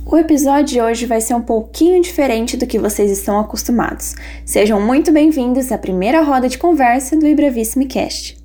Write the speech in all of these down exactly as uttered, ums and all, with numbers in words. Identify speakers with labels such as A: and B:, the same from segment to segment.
A: O episódio de hoje vai ser um pouquinho diferente do que vocês estão acostumados. Sejam muito bem-vindos à primeira roda de conversa do iBravissimi Cast.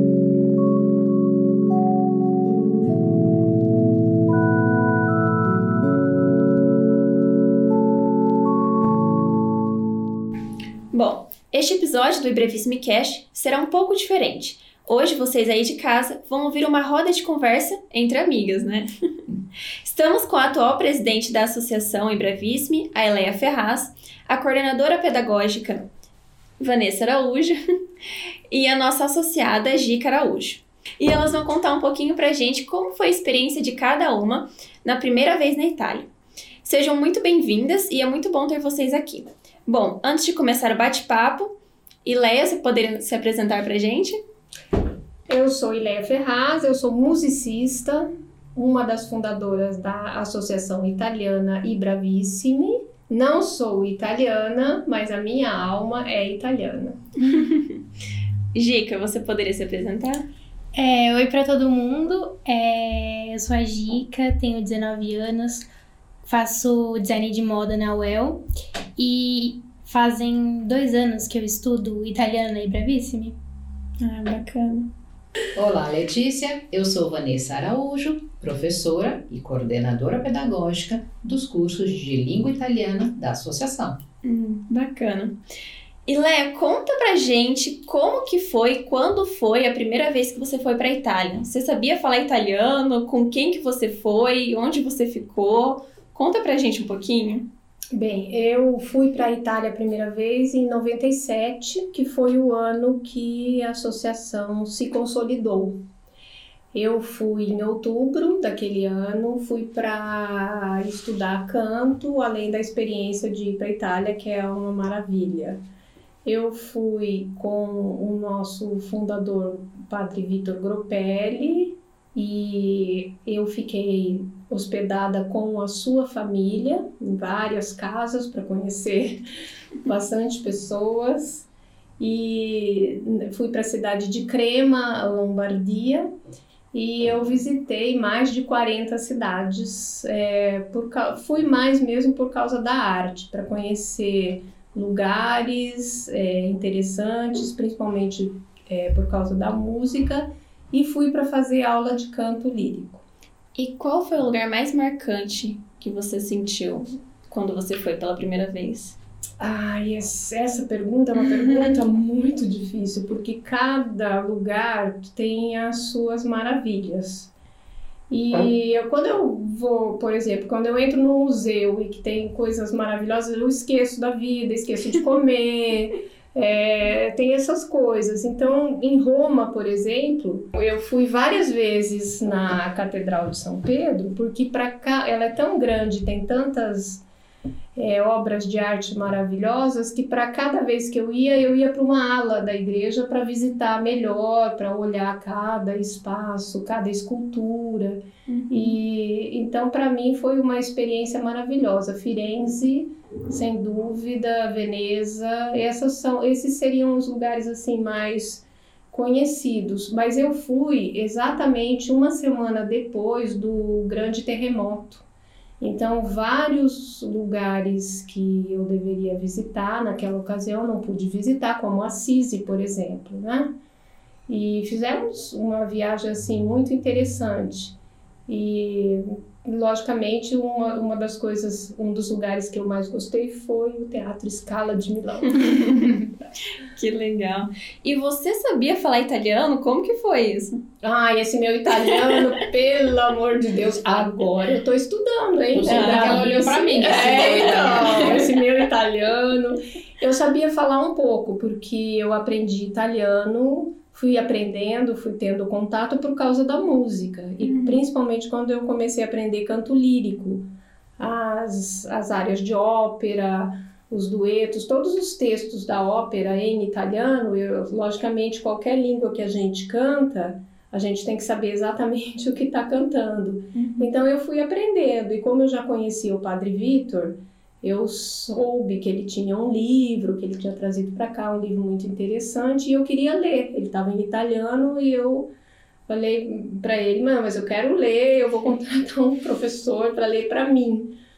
A: Bom, este episódio do iBravissimi Cast será um pouco diferente. Hoje, vocês aí de casa vão ouvir uma roda de conversa entre amigas, né? Estamos com a atual presidente da Associação iBravissimi, a Eleia Ferraz, a coordenadora pedagógica, Vanessa Araújo, e a nossa associada, Gica Araújo. E elas vão contar um pouquinho pra gente como foi a experiência de cada uma na primeira vez na Itália. Sejam muito bem-vindas e é muito bom ter vocês aqui. Bom, antes de começar o bate-papo, Eleia, você poderia se apresentar pra gente?
B: Eu sou Eleia Ferraz, eu sou musicista, uma das fundadoras da Associação Italiana iBravissimi. Não sou italiana, mas a minha alma é italiana.
A: Gica, você poderia se apresentar?
C: É, oi para todo mundo, é, eu sou a Gica, tenho dezenove anos, faço design de moda na U E L e fazem dois anos que eu estudo italiano na iBravissimi.
A: Ah, bacana.
D: Olá, Letícia, eu sou Vanessa Araújo, professora e coordenadora pedagógica dos cursos de língua italiana da associação.
A: Hum, bacana. E Léa, conta pra gente como que foi, quando foi a primeira vez que você foi pra Itália. Você sabia falar italiano? Com quem que você foi? Onde você ficou? Conta pra gente um pouquinho.
B: Bem, eu fui para a Itália a primeira vez em noventa e sete, que foi o ano que a associação se consolidou. Eu fui em outubro daquele ano, fui para estudar canto, além da experiência de ir para a Itália, que é uma maravilha. Eu fui com o nosso fundador, o padre Vitor Gropelli, e eu fiquei hospedada com a sua família em várias casas para conhecer bastante pessoas, e fui para a cidade de Crema, Lombardia, e eu visitei mais de quarenta cidades. É, por, fui mais mesmo por causa da arte, para conhecer lugares é, interessantes, principalmente é, por causa da música, e fui para fazer aula de canto lírico.
A: E qual foi o lugar mais marcante que você sentiu quando você foi pela primeira vez?
B: Ai, essa pergunta é uma pergunta muito difícil, porque cada lugar tem as suas maravilhas. E eu, quando eu vou, por exemplo, quando eu entro no museu e que tem coisas maravilhosas, eu esqueço da vida, esqueço de comer... É, tem essas coisas. Então, em Roma, por exemplo, eu fui várias vezes na Catedral de São Pedro, porque para cá ela é tão grande, tem tantas é, obras de arte maravilhosas, que para cada vez que eu ia, eu ia para uma ala da igreja para visitar melhor, para olhar cada espaço, cada escultura. Uhum. E então, para mim, foi uma experiência maravilhosa. Firenze, sem dúvida, Veneza, essas são, esses seriam os lugares assim mais conhecidos. Mas eu fui exatamente uma semana depois do grande terremoto. Então, vários lugares que eu deveria visitar naquela ocasião não pude visitar, como Assisi, por exemplo, né? E fizemos uma viagem assim muito interessante. E logicamente, uma, uma das coisas, um dos lugares que eu mais gostei foi o Teatro Scala de Milão.
A: Que legal. E você sabia falar italiano? Como que foi isso?
B: Ah, esse meu italiano, pelo amor de Deus, agora eu tô estudando, hein?
D: Ah, ela olhou pra mim.
B: É, então, esse meu italiano. Eu sabia falar um pouco, porque eu aprendi italiano, fui aprendendo, fui tendo contato por causa da música. E uhum. principalmente quando eu comecei a aprender canto lírico, as, as áreas de ópera, os duetos, todos os textos da ópera em italiano. Eu, logicamente, qualquer língua que a gente canta, a gente tem que saber exatamente o que está cantando. Uhum. Então eu fui aprendendo, e como eu já conhecia o Padre Vitor, eu soube que ele tinha um livro, que ele tinha trazido para cá, um livro muito interessante, e eu queria ler. Ele estava em italiano e eu falei para ele, mas eu quero ler, eu vou contratar um professor para ler para mim.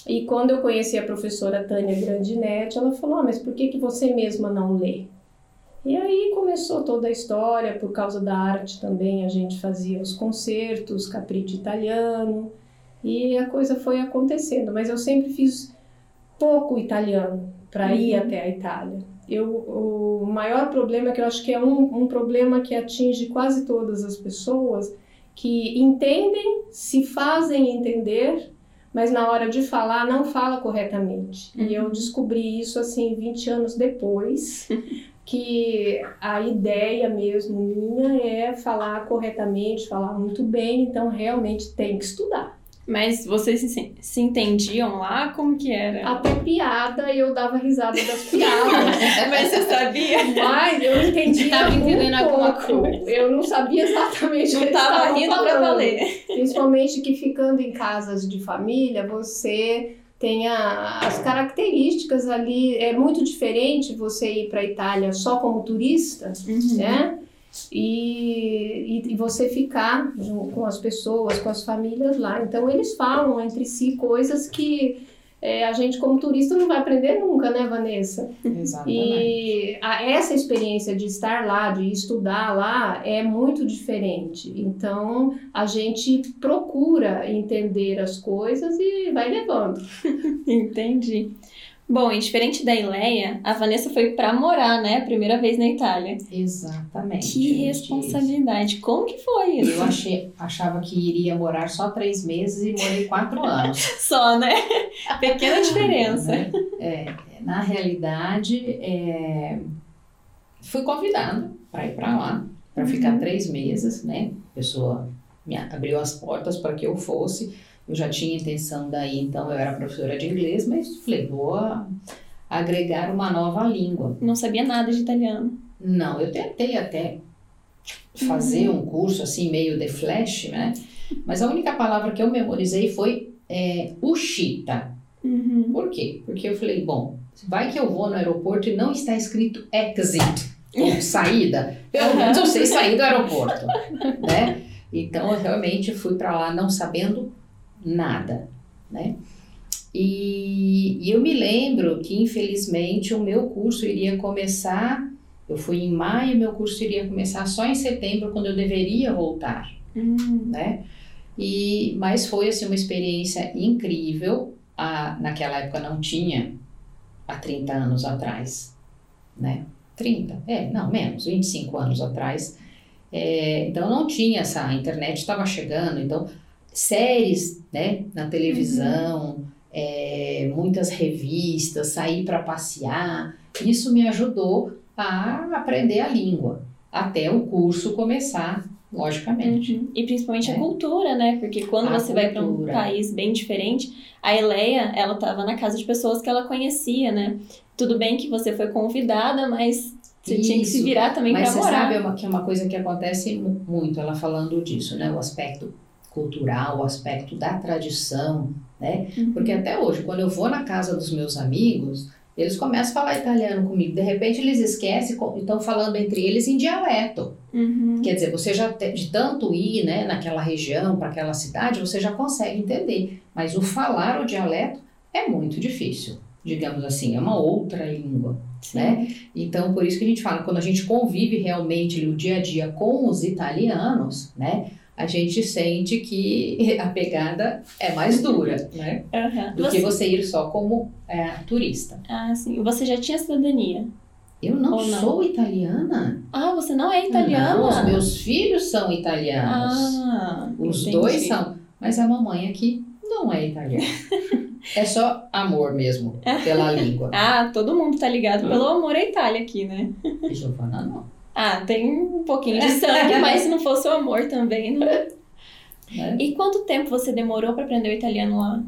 B: E quando eu conheci a professora Tânia Grandinetti, ela falou, ah, mas por que, que você mesma não lê? E aí começou toda a história, por causa da arte também, a gente fazia os concertos, capriccio italiano, e a coisa foi acontecendo. Mas eu sempre fiz pouco italiano para uhum. ir até a Itália. Eu, o maior problema, que eu acho que é um, um problema que atinge quase todas as pessoas, que entendem, se fazem entender, mas na hora de falar, não fala corretamente. Uhum. E eu descobri isso, assim, vinte anos depois, que a ideia mesmo minha é falar corretamente, falar muito bem, então realmente tem que estudar.
A: Mas vocês se, se entendiam lá? Como que era?
B: Até piada, eu dava risada das piadas.
A: Mas você sabia?
B: Mas eu entendia
C: tava
B: muito
C: entendendo alguma
B: pouco.
C: coisa.
B: Eu não sabia exatamente o que
A: eles estavam falando. Não tava rindo pra valer.
B: Principalmente que ficando em casas de família, você tem a, as características ali. É muito diferente você ir para a Itália só como turista, uhum. né? E, e, e você ficar com as pessoas, com as famílias lá. Então eles falam entre si coisas que é, a gente como turista não vai aprender nunca, né, Vanessa?
D: Exatamente.
B: E a, essa experiência de estar lá, de estudar lá, é muito diferente. Então a gente procura entender as coisas e vai levando.
A: Entendi. Bom, e diferente da Ileia, a Vanessa foi pra morar, né? Primeira vez na Itália.
D: Exatamente.
A: Que responsabilidade. Como que foi isso?
D: Eu achei, achava que iria morar só três meses e morei quatro anos.
A: Só, né? Pequena diferença.
D: Né? É, na realidade, é, fui convidada para ir para lá, para uhum. ficar três meses, né? A pessoa me abriu as portas para que eu fosse. Eu já tinha intenção daí, então eu era professora de inglês, mas falei, vou agregar uma nova língua.
A: Não sabia nada de italiano?
D: Não, eu tentei até fazer uhum. um curso assim, meio de flash, né? Mas a única palavra que eu memorizei foi é, uscita.
A: Uhum.
D: Por quê? Porque eu falei, bom, vai que eu vou no aeroporto e não está escrito exit, ou saída. Pelo menos eu sei sair do aeroporto, né? Então eu realmente fui para lá não sabendo nada, né? E, e eu me lembro que, infelizmente, o meu curso iria começar, eu fui em maio, meu curso iria começar só em setembro, quando eu deveria voltar,
A: uhum.
D: né? E, mas foi, assim, uma experiência incrível. A, naquela época não tinha, há trinta anos atrás, né? trinta, é, não, menos, vinte e cinco anos atrás. É, então não tinha essa, a internet estava chegando, então séries, né, na televisão, uhum. é, muitas revistas, sair para passear, isso me ajudou a aprender a língua, até o curso começar, logicamente.
A: Uhum. E principalmente
D: é.
A: a cultura, né, porque quando
D: a
A: você
D: cultura.
A: vai para um país bem diferente, a Ileia, ela estava na casa de pessoas que ela conhecia, né, tudo bem que você foi convidada, mas você Isso. tinha que se virar também para morar.
D: Mas você sabe uma, que é uma coisa que acontece muito, ela falando disso, né, o aspecto cultural, o aspecto da tradição, né? Uhum. Porque até hoje, quando eu vou na casa dos meus amigos, eles começam a falar italiano comigo. De repente, eles esquecem e estão falando entre eles em dialeto.
A: Uhum.
D: Quer dizer, você já, de tanto ir, né, naquela região, para aquela cidade, você já consegue entender. Mas o falar o dialeto é muito difícil, digamos assim, é uma outra língua, Sim. né? Então, por isso que a gente fala, quando a gente convive realmente no dia a dia com os italianos, né, a gente sente que a pegada é mais dura, né?
A: Uhum.
D: Do você... que você ir só como é, turista.
A: Ah, sim. Você já tinha cidadania?
D: Eu não,
A: não
D: sou italiana.
A: Ah, você não é italiana?
D: Não, os meus filhos são italianos.
A: Ah,
D: os
A: entendi.
D: dois são. Mas a mamãe aqui não é italiana. É só amor mesmo, pela língua.
A: Ah, todo mundo tá ligado pelo amor à Itália aqui, né?
D: E Giovana não.
A: Ah, tem um pouquinho de sangue, mas se não fosse o amor também, não. É. E quanto tempo você demorou para aprender o italiano lá?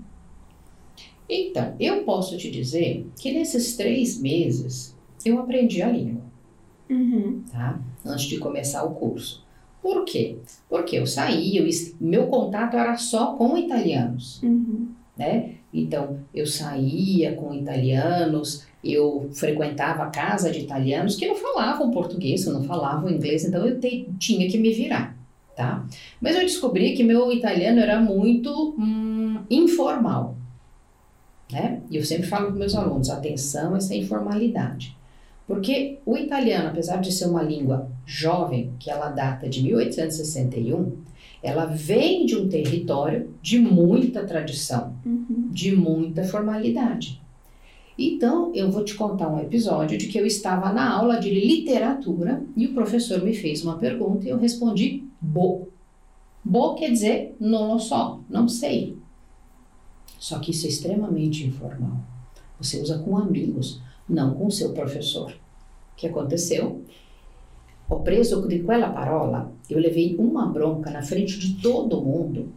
D: Então, eu posso te dizer que nesses três meses eu aprendi a língua,
A: uhum.
D: tá? Antes de começar o curso. Por quê? Porque eu saí, eu, meu contato era só com italianos,
A: uhum.
D: né? Então, eu saía com italianos, eu frequentava a casa de italianos que não falavam português, não falavam inglês, então eu te, tinha que me virar, tá? Mas eu descobri que meu italiano era muito hum, informal. né? E eu sempre falo para meus alunos, atenção a essa informalidade. Porque o italiano, apesar de ser uma língua jovem, que ela data de mil oitocentos e sessenta e um, ela vem de um território de muita tradição,
A: Uhum.
D: de muita formalidade. Então, eu vou te contar um episódio de que eu estava na aula de literatura e o professor me fez uma pergunta e eu respondi bo. Bo quer dizer non lo so, não sei. Só que isso é extremamente informal. Você usa com amigos, não com seu professor. O que aconteceu? Ho preso di quella parola, eu levei uma bronca na frente de todo mundo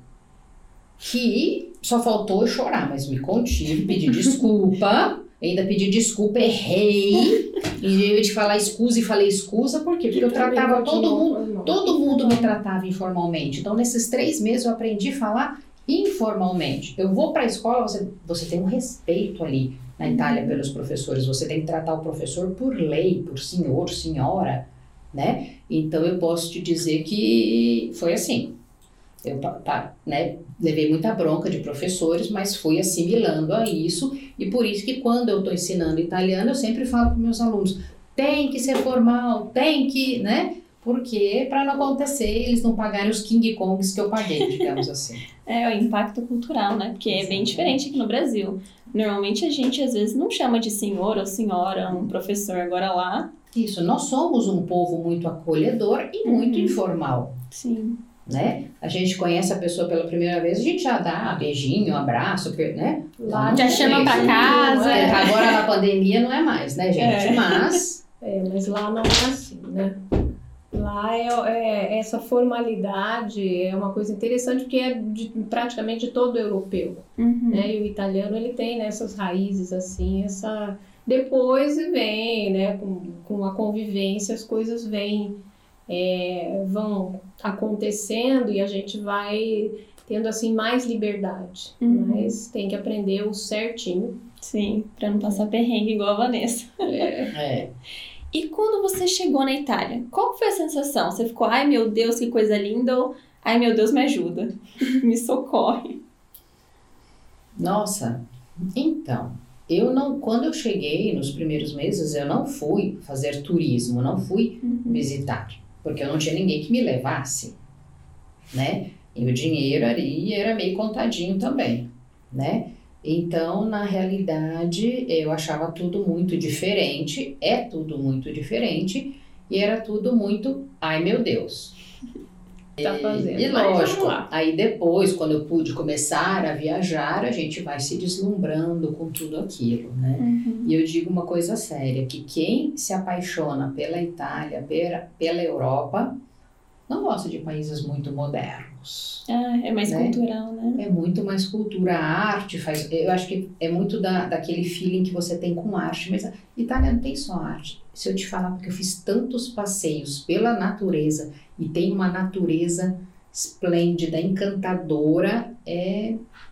D: que só faltou eu chorar, mas me contive, pedi desculpa, ainda pedi desculpa, errei, em vez de falar excusa e falei excusa, por quê? Porque eu tratava todo mundo, todo mundo me tratava informalmente. Então, nesses três meses eu aprendi a falar informalmente. Eu vou para a escola, você, você tem um respeito ali na Itália pelos professores, você tem que tratar o professor por lei, por senhor, senhora, né? Então eu posso te dizer que foi assim. Eu tá, né, levei muita bronca de professores, mas fui assimilando a isso, e por isso que quando eu estou ensinando italiano, eu sempre falo para meus alunos, tem que ser formal, tem que, né? Porque para não acontecer, eles não pagarem os King Kongs que eu paguei, digamos assim.
A: É, o impacto cultural, né? Porque é bem diferente aqui no Brasil. Normalmente a gente, às vezes, não chama de senhor ou senhora, um professor. Agora lá...
D: Isso, nós somos um povo muito acolhedor e muito
A: Uhum.
D: informal.
A: Sim.
D: Né? A gente conhece a pessoa pela primeira vez, a gente já dá beijinho, abraço, né?
B: Lá
C: Já
B: não
C: chama
B: é
C: pra
B: isso,
C: casa.
B: não é.
D: Agora na pandemia não é mais, né, gente?
A: É.
D: Mas...
B: É, mas lá não é assim, né? Lá é, é essa formalidade é uma coisa interessante porque é de, praticamente de todo europeu,
A: Uhum.
B: né? E o italiano ele tem nessas raízes assim, essa depois vem, né? Com, com a convivência as coisas vêm, é, vão acontecendo e a gente vai tendo assim mais liberdade,
A: Uhum.
B: mas tem que aprender o certinho.
A: Sim, pra não passar perrengue igual a Vanessa.
B: É.
D: É.
A: E quando você chegou na Itália, qual foi a sensação? Você ficou, ai meu Deus, que coisa linda, ou ai meu Deus, me ajuda, me socorre.
D: Nossa, então, eu não, quando eu cheguei nos primeiros meses, eu não fui fazer turismo, não fui
A: Uhum.
D: visitar, porque eu não tinha ninguém que me levasse, né? E o dinheiro ali era meio contadinho também, né? Então, na realidade, eu achava tudo muito diferente, é tudo muito diferente, e era tudo muito, ai meu Deus.
B: Tá fazendo.
D: E
B: Mas vamos
D: lógico,
B: lá.
D: aí depois, quando eu pude começar a viajar, a gente vai se deslumbrando com tudo aquilo, né?
A: Uhum.
D: E eu digo uma coisa séria, que quem se apaixona pela Itália, pela, pela Europa, não gosta de países muito modernos.
A: Ah, é mais
D: Né?
A: cultural, né?
D: É muito mais cultura, a arte faz... Eu acho que é muito da, daquele feeling que você tem com arte, mas a Itália não tem só arte. Se eu te falar, porque eu fiz tantos passeios pela natureza e tem uma natureza esplêndida, encantadora, é...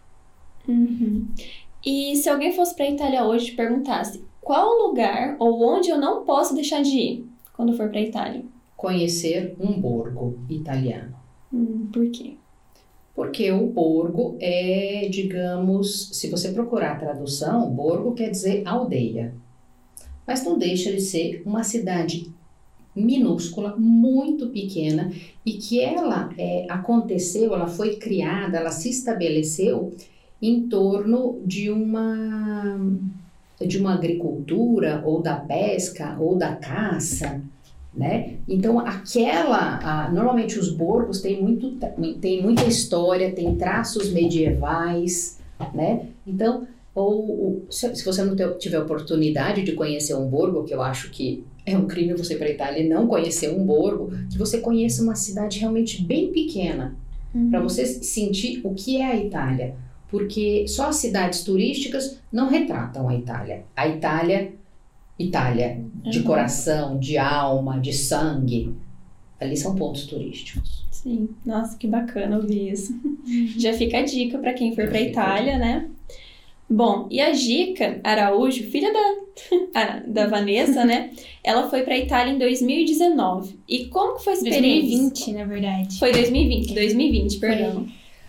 A: Uhum. E se alguém fosse pra Itália hoje e te perguntasse qual lugar ou onde eu não posso deixar de ir quando for pra Itália?
D: conhecer um borgo italiano.
A: Hum, por quê?
D: Porque o borgo é, digamos, se você procurar a tradução, borgo quer dizer aldeia. Mas não deixa de ser uma cidade minúscula, muito pequena, e que ela é, aconteceu, ela foi criada, ela se estabeleceu em torno de uma, de uma agricultura, ou da pesca, ou da caça, né? Então, aquela, a, normalmente os borgos têm, muito, têm muita história, têm traços medievais, né? Então, ou, se, se você não ter, tiver oportunidade de conhecer um borgo, que eu acho que é um crime você ir para a Itália e não conhecer um borgo, que você conheça uma cidade realmente bem pequena,
A: Uhum.
D: para você sentir o que é a Itália. Porque só as cidades turísticas não retratam a Itália. A Itália... Itália, de
A: Uhum.
D: coração, de alma, de sangue. Ali são pontos turísticos.
A: Sim, nossa, que bacana ouvir isso. Já fica a dica para quem for
D: Já
A: para
D: fica a
A: Itália, né? Bom, e a Gica Araújo, filha da, da Vanessa, né? Ela foi para Itália em dois mil e dezenove. E como que foi a
C: dois mil e
A: experiência?
C: vinte, na verdade.
A: Foi dois mil e vinte, dois mil e vinte, perdão.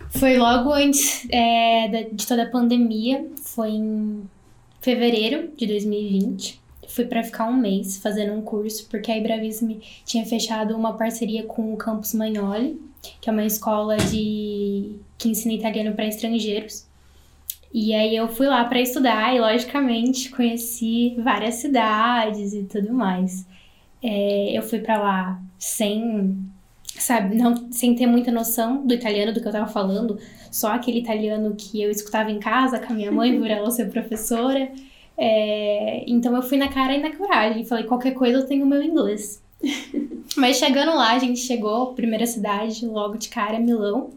C: Foi logo antes é, de toda a pandemia, foi em fevereiro de dois mil e vinte. Fui para ficar um mês fazendo um curso, porque a Ibravisme tinha fechado uma parceria com o Campus Magnoli, que é uma escola de que ensina italiano para estrangeiros. E aí eu fui lá para estudar e, logicamente, conheci várias cidades e tudo mais. É, eu fui para lá sem, sabe, não, sem ter muita noção do italiano, do que eu tava falando. Só aquele italiano que eu escutava em casa com a minha mãe, por ela ser professora. É, então eu fui na cara e na coragem. Falei, qualquer coisa eu tenho o meu inglês. Mas chegando lá, a gente chegou, primeira cidade, logo de cara, Milão.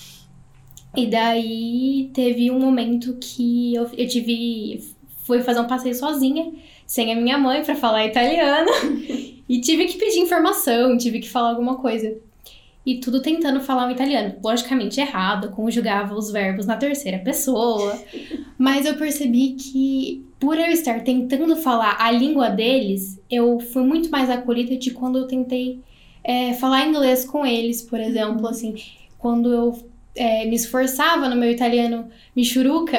C: E daí teve um momento que eu, eu tive... Fui fazer um passeio sozinha, sem a minha mãe, pra falar italiano. E tive que pedir informação, tive que falar alguma coisa. E tudo tentando falar o italiano. Logicamente errado, conjugava os verbos na terceira pessoa. Mas eu percebi que, por eu estar tentando falar a língua deles, eu fui muito mais acolhida de quando eu tentei é, falar inglês com eles, por exemplo. Uhum. Assim, quando eu é, me esforçava no meu italiano michuruca,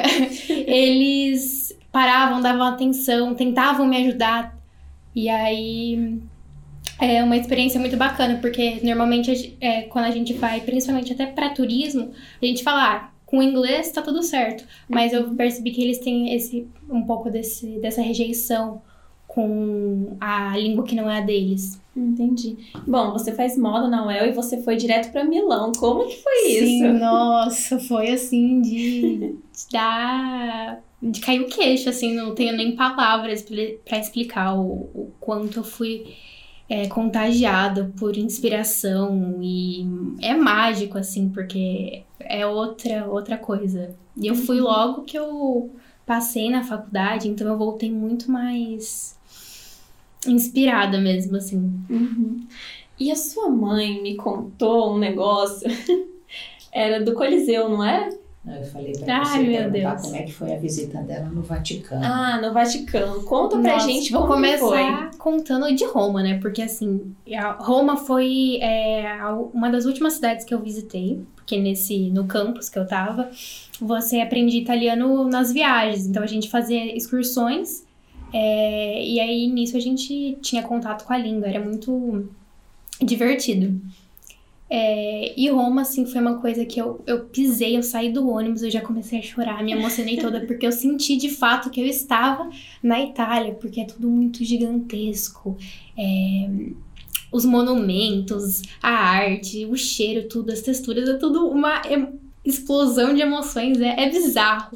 C: eles paravam, davam atenção, tentavam me ajudar. E aí... É uma experiência muito bacana, porque normalmente é, quando a gente vai, principalmente até para turismo, a gente fala, ah, com inglês tá tudo certo. Mas eu percebi que eles têm esse, um pouco desse, dessa rejeição com a língua que não é a deles.
A: Entendi. Bom, você faz moda na U E L e você foi direto para Milão. Como que foi
C: Sim,
A: isso?
C: Sim, nossa, foi assim de, de dar... de cair o queixo, assim, não tenho nem palavras para explicar o, o quanto eu fui... É, contagiada por inspiração e é mágico, assim, porque é outra, outra coisa. E eu fui logo que eu passei na faculdade, então eu voltei muito mais inspirada mesmo, assim.
A: Uhum. E a sua mãe me contou um negócio, era do Coliseu, não era?
D: Eu falei pra
C: Ai,
D: você
C: meu
D: perguntar
C: Deus.
D: como é que foi a visita dela no Vaticano.
A: Ah, no Vaticano. Conta pra
C: Nossa,
A: gente
C: vou
A: como
C: começar
A: foi.
C: contando de Roma, né? Porque, assim, a Roma foi é, uma das últimas cidades que eu visitei. Porque nesse, no campus que eu tava, você aprendia italiano nas viagens. Então, a gente fazia excursões. É, e aí, nisso, a gente tinha contato com a língua. Era muito divertido. É, e Roma, assim, foi uma coisa que eu, eu pisei, eu saí do ônibus, eu já comecei a chorar, me emocionei toda, porque eu senti de fato que eu estava na Itália, porque é tudo muito gigantesco, é, os monumentos, a arte, o cheiro, tudo, as texturas, é tudo uma explosão de emoções, é, é bizarro.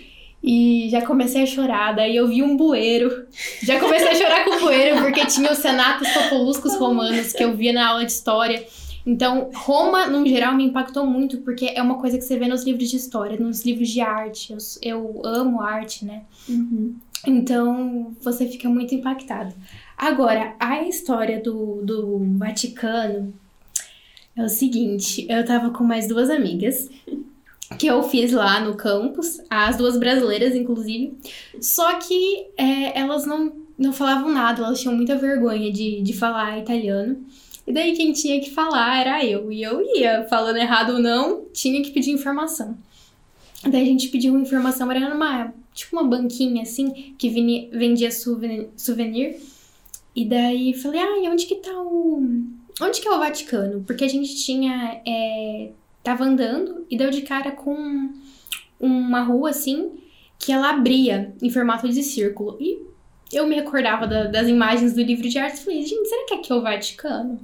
C: E já comecei a chorar, daí eu vi um bueiro, já comecei a chorar com o bueiro, porque tinha os senatos populuscos romanos que eu via na aula de história. Então, Roma, no geral, me impactou muito, porque é uma coisa que você vê nos livros de história, nos livros de arte. Eu, eu amo arte, né?
A: Uhum.
C: Então, você fica muito impactado. Agora, a história do, do Vaticano é o seguinte, eu tava com mais duas amigas, que eu fiz lá no campus, as duas brasileiras, inclusive, só que é, elas não, não falavam nada, elas tinham muita vergonha de, de falar italiano. E daí quem tinha que falar era eu. E eu ia, falando errado ou não, tinha que pedir informação. Daí a gente pediu uma informação, era numa, tipo uma banquinha assim, que vinha, vendia souvenir, souvenir. E daí falei, ah, e onde que tá o... Onde que é o Vaticano? Porque a gente tinha... É, tava andando e deu de cara com uma rua assim, que ela abria em formato de círculo. E eu me recordava da, das imagens do livro de arte e falei, gente, será que aqui é o Vaticano?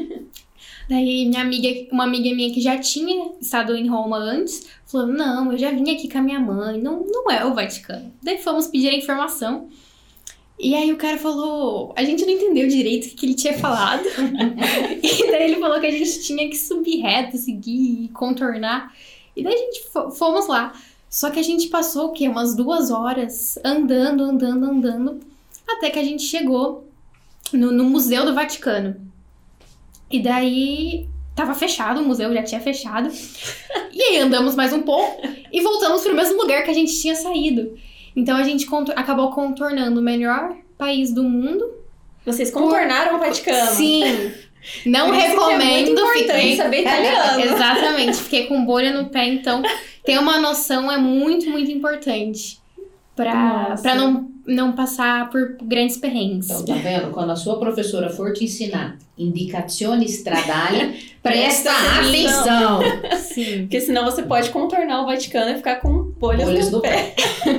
C: Daí minha amiga, uma amiga minha que já tinha estado em Roma antes, falou, não, eu já vim aqui com a minha mãe, não, não é o Vaticano. Daí fomos pedir a informação. E aí o cara falou, a gente não entendeu direito o que, que ele tinha falado. E daí ele falou que a gente tinha que subir reto, seguir e contornar. E daí a gente fomos lá. Só que a gente passou, o quê? Umas duas horas andando, andando, andando. Até que a gente chegou no, no Museu do Vaticano. E daí tava fechado, o museu já tinha fechado. E aí andamos mais um pouco e voltamos pro mesmo lugar que a gente tinha saído. Então a gente contor- acabou contornando o melhor país do mundo.
A: Vocês contornaram por... o Vaticano.
C: Sim, Não
A: Por isso que é
C: recomendo.
A: muito importante
C: fiquei...
A: saber italiano.
C: Exatamente, fiquei com bolha no pé, então ter uma noção é muito, muito importante pra,
A: Nossa.
C: pra não, não passar por grandes perrengues.
D: Então, tá vendo? Quando a sua professora for te ensinar indicazioni stradali, presta atenção.
C: Sim.
A: Porque senão você pode contornar o Vaticano e ficar com bolhas,
D: Bolhas
A: no
D: no
A: pé.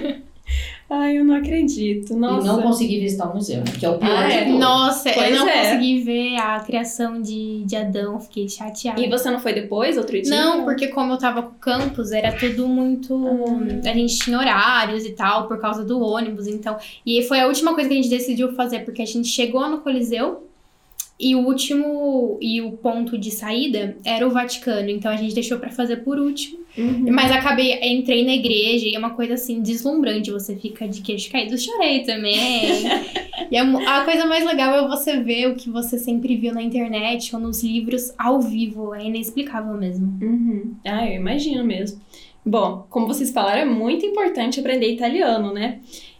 A: Ai, eu não acredito. Nossa.
D: E não conseguir visitar o museu, né? Que é o pior
A: Ah,
D: de
A: é?
D: tudo.
C: Nossa,
A: Pois
C: eu não
A: é.
C: consegui ver a criação de, de Adão, fiquei chateada.
A: E você não foi depois, outro dia?
C: Não, porque como eu tava com o campus, era tudo muito...
A: Ah.
C: A gente tinha horários e tal, por causa do ônibus, então... E foi a última coisa que a gente decidiu fazer, porque a gente chegou no Coliseu e o último... E o ponto de saída era o Vaticano, então a gente deixou pra fazer por último.
A: Uhum.
C: Mas acabei, entrei na igreja e é uma coisa assim, deslumbrante, você fica de queixo caído. Chorei também. E é, mo- a coisa mais legal é você ver o que você sempre viu na internet ou nos livros ao vivo, é inexplicável mesmo.
A: Uhum. Ah, eu imagino mesmo. Bom, como vocês falaram, é muito importante aprender italiano, né?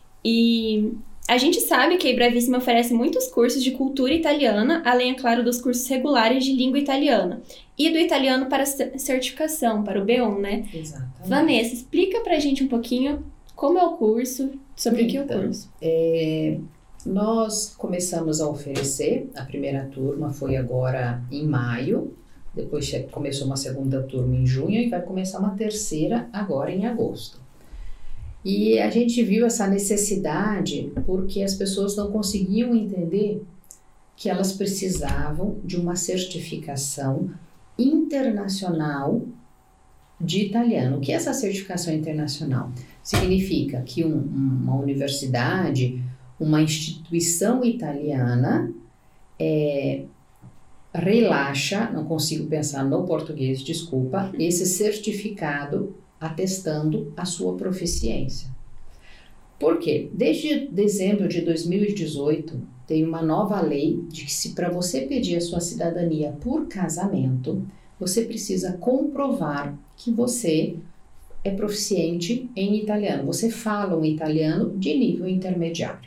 A: E a gente sabe que a Bravissima oferece muitos cursos de cultura italiana, além, é claro, dos cursos regulares de língua italiana. E do italiano para cer- certificação, para o B um, né?
D: Exatamente.
A: Vanessa, explica pra gente um pouquinho como é o curso, sobre o que é o
D: Então,
A: curso.
D: É, nós começamos a oferecer, a primeira turma foi agora em maio, depois che- começou uma segunda turma em junho e vai começar uma terceira agora em agosto. E a gente viu essa necessidade porque as pessoas não conseguiam entender que elas precisavam de uma certificação internacional de italiano. O que é essa certificação internacional? Significa que um- uma universidade, uma instituição italiana é, relaxa, não consigo pensar no português, desculpa, esse certificado atestando a sua proficiência. Por quê? Desde dezembro de dois mil e dezoito, tem uma nova lei de que se para você pedir a sua cidadania por casamento, você precisa comprovar que você é proficiente em italiano. Você fala um italiano de nível intermediário.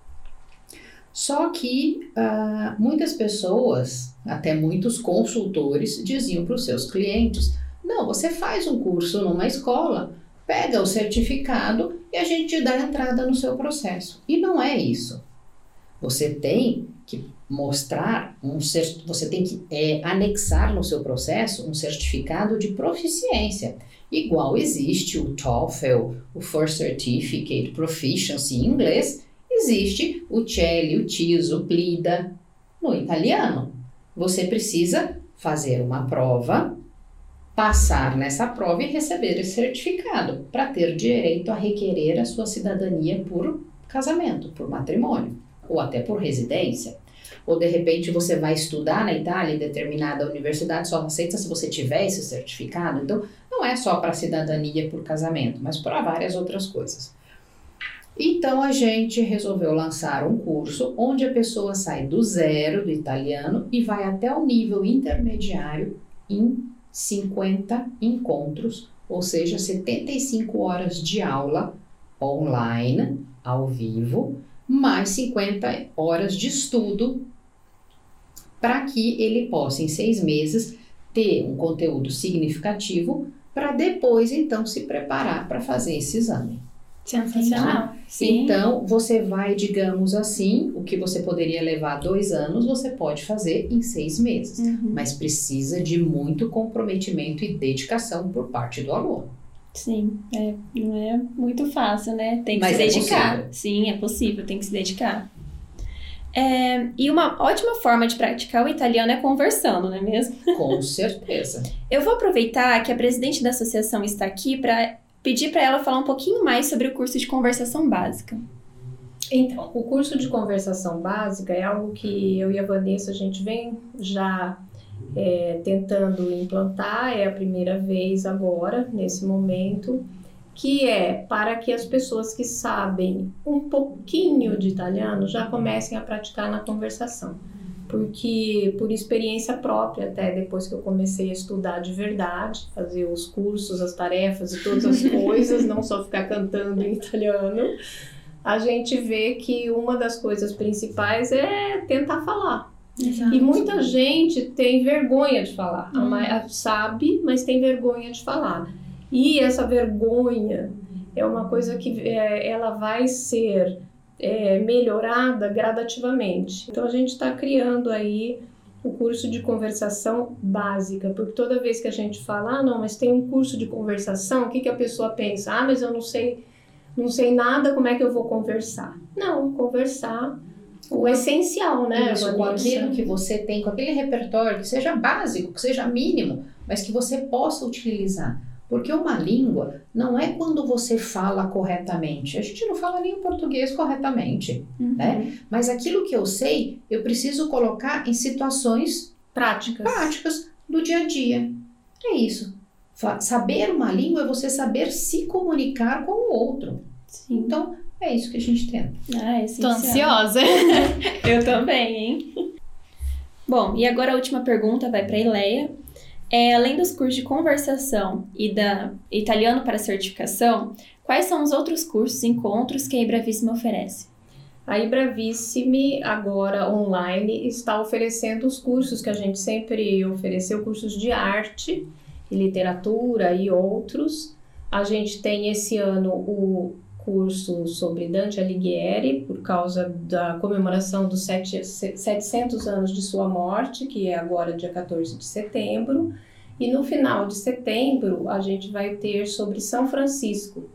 D: Só que ah, muitas pessoas, até muitos consultores, diziam para os seus clientes: não, você faz um curso numa escola, pega o certificado e a gente dá entrada no seu processo. E não é isso. Você tem que mostrar, um cert... você tem que é, anexar no seu processo um certificado de proficiência. Igual existe o TOEFL, o First Certificate Proficiency em inglês, existe o CELI, o TIS, o PLIDA no italiano. Você precisa fazer uma prova, passar nessa prova e receber esse certificado para ter direito a requerer a sua cidadania por casamento, por matrimônio, ou até por residência. Ou de repente você vai estudar na Itália em determinada universidade, só aceita se você tiver esse certificado. Então não é só para cidadania por casamento, mas para várias outras coisas. Então a gente resolveu lançar um curso onde a pessoa sai do zero do italiano e vai até o nível intermediário em cinquenta encontros, ou seja, setenta e cinco horas de aula online, ao vivo, mais cinquenta horas de estudo, para que ele possa, em seis meses, ter um conteúdo significativo, para depois, então, se preparar para fazer esse exame.
A: Sensacional. Sim.
D: Então, você vai, digamos assim, o que você poderia levar dois anos, você pode fazer em seis meses.
A: Uhum.
D: Mas precisa de muito comprometimento e dedicação por parte do aluno.
A: Sim, é, não é muito fácil, né? Tem que
D: Mas
A: se
D: é
A: dedicar.
D: possível.
A: Sim, é possível, tem que se dedicar. É, e uma ótima forma de praticar o italiano é conversando, não é mesmo?
D: Com certeza.
A: Eu vou aproveitar que a presidente da associação está aqui para pedir para ela falar um pouquinho mais sobre o curso de conversação básica.
B: Então, o curso de conversação básica é algo que eu e a Vanessa, a gente vem já é, tentando implantar, é a primeira vez agora, nesse momento, que é para que as pessoas que sabem um pouquinho de italiano já comecem a praticar na conversação. Porque, por experiência própria, até depois que eu comecei a estudar de verdade, fazer os cursos, as tarefas e todas as coisas, não só ficar cantando em italiano, a gente vê que uma das coisas principais é tentar falar.
C: Exato.
B: E muita gente tem vergonha de falar.
C: Hum.
B: A ma- sabe, mas tem vergonha de falar. E essa vergonha é uma coisa que é, ela vai ser é, melhorada gradativamente. Então a gente está criando aí o curso de conversação básica, porque toda vez que a gente fala, ah, não, mas tem um curso de conversação, o que, que a pessoa pensa? Ah, mas eu não sei, não sei nada, como é que eu vou conversar? Não, conversar, o essencial, né?
D: Isso, com
B: Vanessa?
D: aquilo que você tem, com aquele repertório, que seja básico, que seja mínimo, mas que você possa utilizar. Porque uma língua não é quando você fala corretamente. A gente não fala nem o português corretamente,
A: Uhum.
D: né? Mas aquilo que eu sei, eu preciso colocar em situações
B: Práticas.
D: práticas do dia a dia. É isso. Fa- Saber uma língua é você saber se comunicar com o outro.
A: Sim.
D: Então, é isso que a gente tenta.
A: Ah, é
C: Tô
A: essencial.
C: ansiosa.
A: Eu também, hein? Bom, e agora a última pergunta vai para a Ileia. É, além dos cursos de conversação e da italiano para certificação, quais são os outros cursos e encontros que a Ibravissima oferece?
B: A Ibravissime, agora online, está oferecendo os cursos que a gente sempre ofereceu, cursos de arte e literatura e outros. A gente tem esse ano o curso sobre Dante Alighieri, por causa da comemoração dos sete, setecentos anos de sua morte, que é agora dia quatorze de setembro. E no final de setembro, a gente vai ter sobre São Francisco,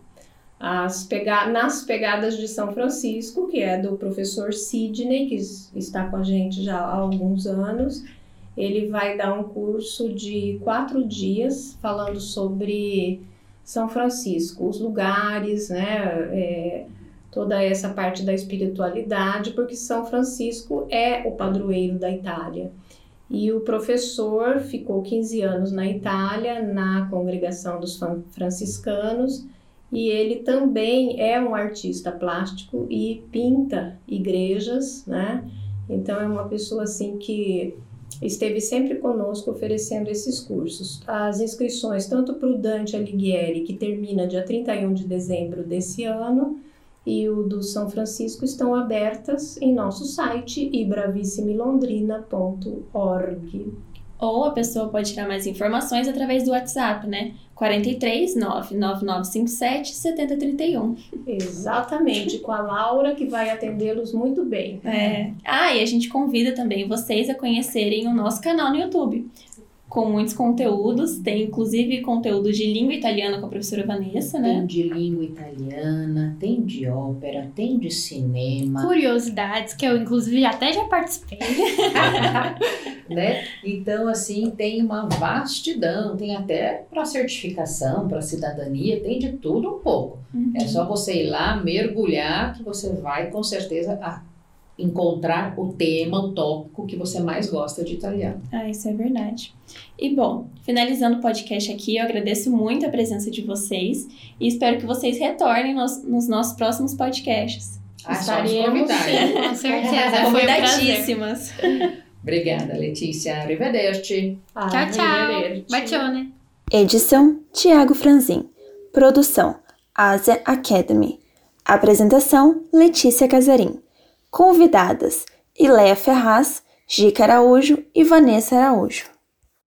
B: as pega- nas pegadas de São Francisco, que é do professor Sidney, que está com a gente já há alguns anos. Ele vai dar um curso de quatro dias falando sobre São Francisco, os lugares, né, é, toda essa parte da espiritualidade, porque São Francisco é o padroeiro da Itália. E o professor ficou quinze anos na Itália, na congregação dos franciscanos, e ele também é um artista plástico e pinta igrejas, né? Então é uma pessoa assim que esteve sempre conosco oferecendo esses cursos. As inscrições, tanto para o Dante Alighieri, que termina dia trinta e um de dezembro desse ano, e o do São Francisco, estão abertas em nosso site ibravissimilondrina ponto org.
A: Ou a pessoa pode tirar mais informações através do WhatsApp, né? quarenta e três, nove nove nove cinco sete, sete zero três um.
B: Exatamente, com a Laura, que vai atendê-los muito bem.
A: É. Ah, e a gente convida também vocês a conhecerem o nosso canal no YouTube, com muitos conteúdos. Tem inclusive conteúdo de língua italiana com a professora Vanessa, né?
D: Tem de língua italiana, tem de ópera, tem de cinema.
C: Curiosidades, que eu inclusive até já participei.
D: Né? Então, assim, tem uma vastidão, tem até para certificação, para cidadania, tem de tudo um pouco.
A: Uhum.
D: É só você ir lá, mergulhar, que você vai, com certeza, a encontrar o tema, o tópico que você mais gosta de italiano.
A: Ah, isso é verdade. E bom, finalizando o podcast aqui, eu agradeço muito a presença de vocês e espero que vocês retornem nos, nos nossos próximos podcasts.
D: Ah, só nos
B: Estaremos,
D: convidar,
B: sim,
D: hein?
C: Com certeza, foi um prazer.
A: Convidadíssimas.
D: Obrigada, Letícia. Arrivederci.
B: Ah,
C: Tchau, tchau.
B: arrivederci.
C: Bacione.
E: Edição Tiago Franzin. Produção Asia Academy. Apresentação Letícia Casarim. Convidadas Ileia Ferraz, Gica Araújo e Vanessa Araújo.